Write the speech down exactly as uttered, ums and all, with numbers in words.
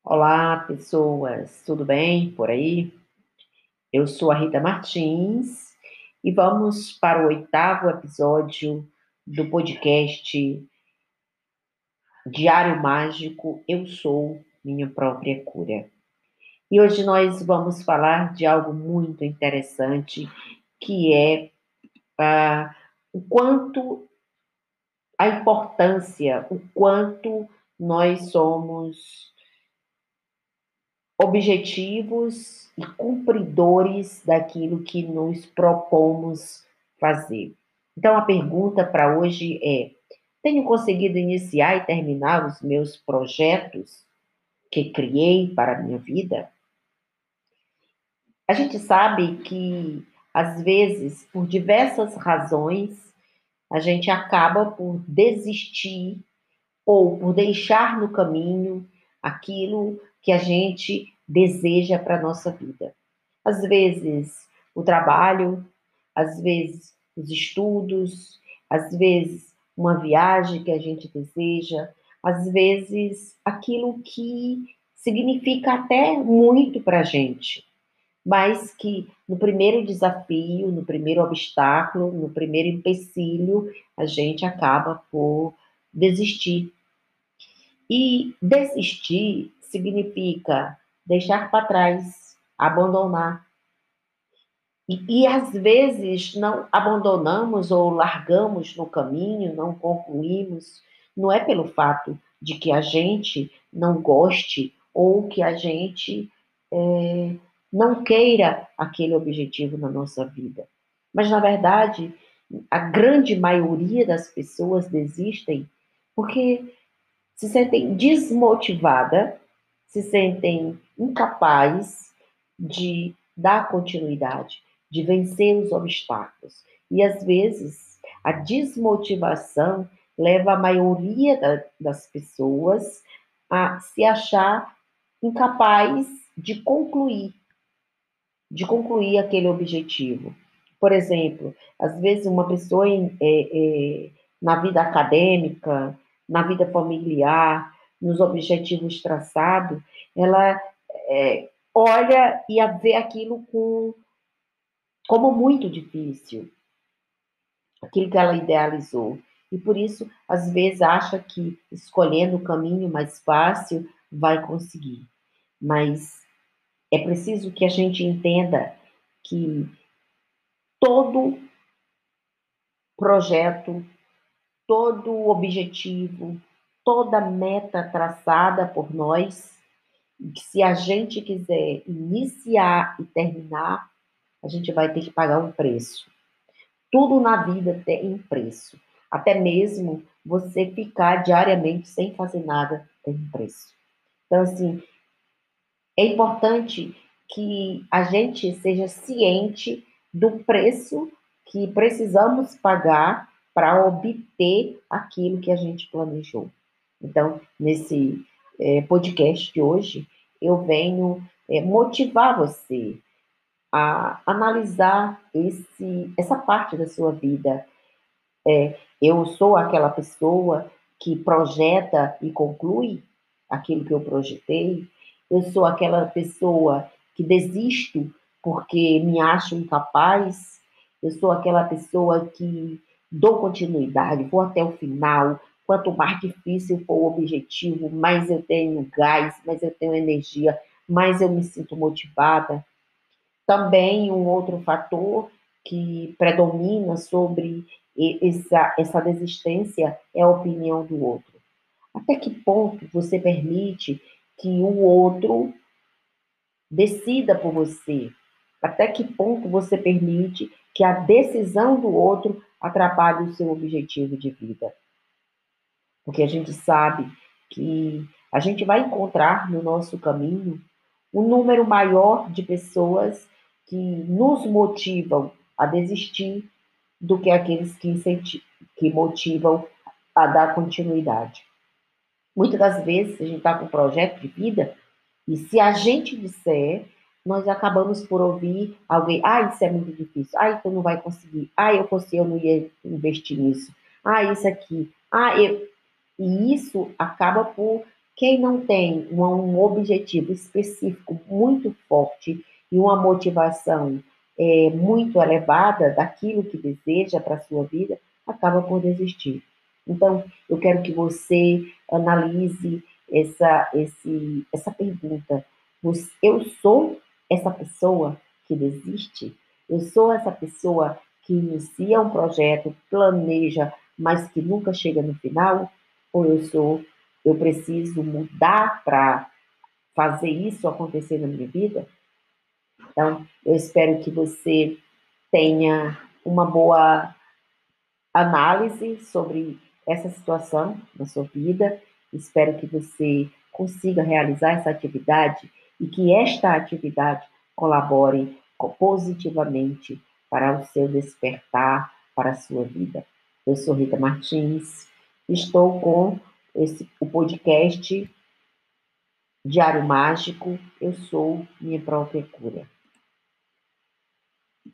Olá, pessoas, tudo bem por aí? Eu sou a Rita Martins e vamos para o oitavo episódio do podcast Diário Mágico. Eu sou minha própria cura. E hoje nós vamos falar de algo muito interessante, que é ah, o quanto a importância, o quanto nós somos objetivos e cumpridores daquilo que nos propomos fazer. Então, a pergunta para hoje é: tenho conseguido iniciar e terminar os meus projetos que criei para a minha vida? A gente sabe que, às vezes, por diversas razões, a gente acaba por desistir ou por deixar no caminho aquilo que a gente deseja para a nossa vida. Às vezes, o trabalho, às vezes, os estudos, às vezes, uma viagem que a gente deseja, às vezes, aquilo que significa até muito para a gente, mas que no primeiro desafio, no primeiro obstáculo, no primeiro empecilho, a gente acaba por desistir. E desistir significa deixar para trás, abandonar. E, e às vezes não abandonamos ou largamos no caminho, não concluímos, não é pelo fato de que a gente não goste ou que a gente é, não queira aquele objetivo na nossa vida. Mas, na verdade, a grande maioria das pessoas desistem porque se sentem desmotivadas, se sentem incapazes de dar continuidade, de vencer os obstáculos. E às vezes a desmotivação leva a maioria da, das pessoas a se achar incapaz de concluir, de concluir aquele objetivo. Por exemplo, às vezes uma pessoa em, é, é, na vida acadêmica, na vida familiar, nos objetivos traçados, ela é, olha e vê aquilo com, como muito difícil, aquilo que ela idealizou. E por isso, às vezes, acha que escolhendo o caminho mais fácil vai conseguir. Mas é preciso que a gente entenda que todo projeto, todo objetivo, toda meta traçada por nós, que se a gente quiser iniciar e terminar, a gente vai ter que pagar um preço. Tudo na vida tem um preço. Até mesmo você ficar diariamente sem fazer nada tem um preço. Então, assim, é importante que a gente seja ciente do preço que precisamos pagar para obter aquilo que a gente planejou. Então, nesse é, podcast de hoje, eu venho é, motivar você a analisar esse, essa parte da sua vida. É, eu sou aquela pessoa que projeta e conclui aquilo que eu projetei. Eu sou aquela pessoa que desisto porque me acho incapaz. Eu sou aquela pessoa que dou continuidade, vou até o final. Quanto mais difícil for o objetivo, mais eu tenho gás, mais eu tenho energia, mais eu me sinto motivada. Também um outro fator que predomina sobre essa, essa desistência é a opinião do outro. Até que ponto você permite que o outro decida por você? Até que ponto você permite que a decisão do outro atrapalhe o seu objetivo de vida? Porque a gente sabe que a gente vai encontrar no nosso caminho um número maior de pessoas que nos motivam a desistir do que aqueles que, que motivam a dar continuidade. Muitas das vezes a gente está com um projeto de vida e se a gente disser, nós acabamos por ouvir alguém: ah, isso é muito difícil, ah, tu não vai conseguir, ah, eu consigo, eu não ia investir nisso, ah, isso aqui, ah, eu... E isso acaba por Quem não tem um, um objetivo específico muito forte e uma motivação é, muito elevada daquilo que deseja para a sua vida, acaba por desistir. Então, eu quero que você analise essa, esse, essa pergunta. Eu sou essa pessoa que desiste? Eu sou essa pessoa que inicia um projeto, planeja, mas que nunca chega no final? Ou eu sou, eu preciso mudar para fazer isso acontecer na minha vida? Então, eu espero que você tenha uma boa análise sobre essa situação na sua vida. Espero que você consiga realizar essa atividade e que esta atividade colabore positivamente para o seu despertar, para a sua vida. Eu sou Rita Martins, estou com esse, o podcast Diário Mágico, Eu Sou Minha Própria Cura.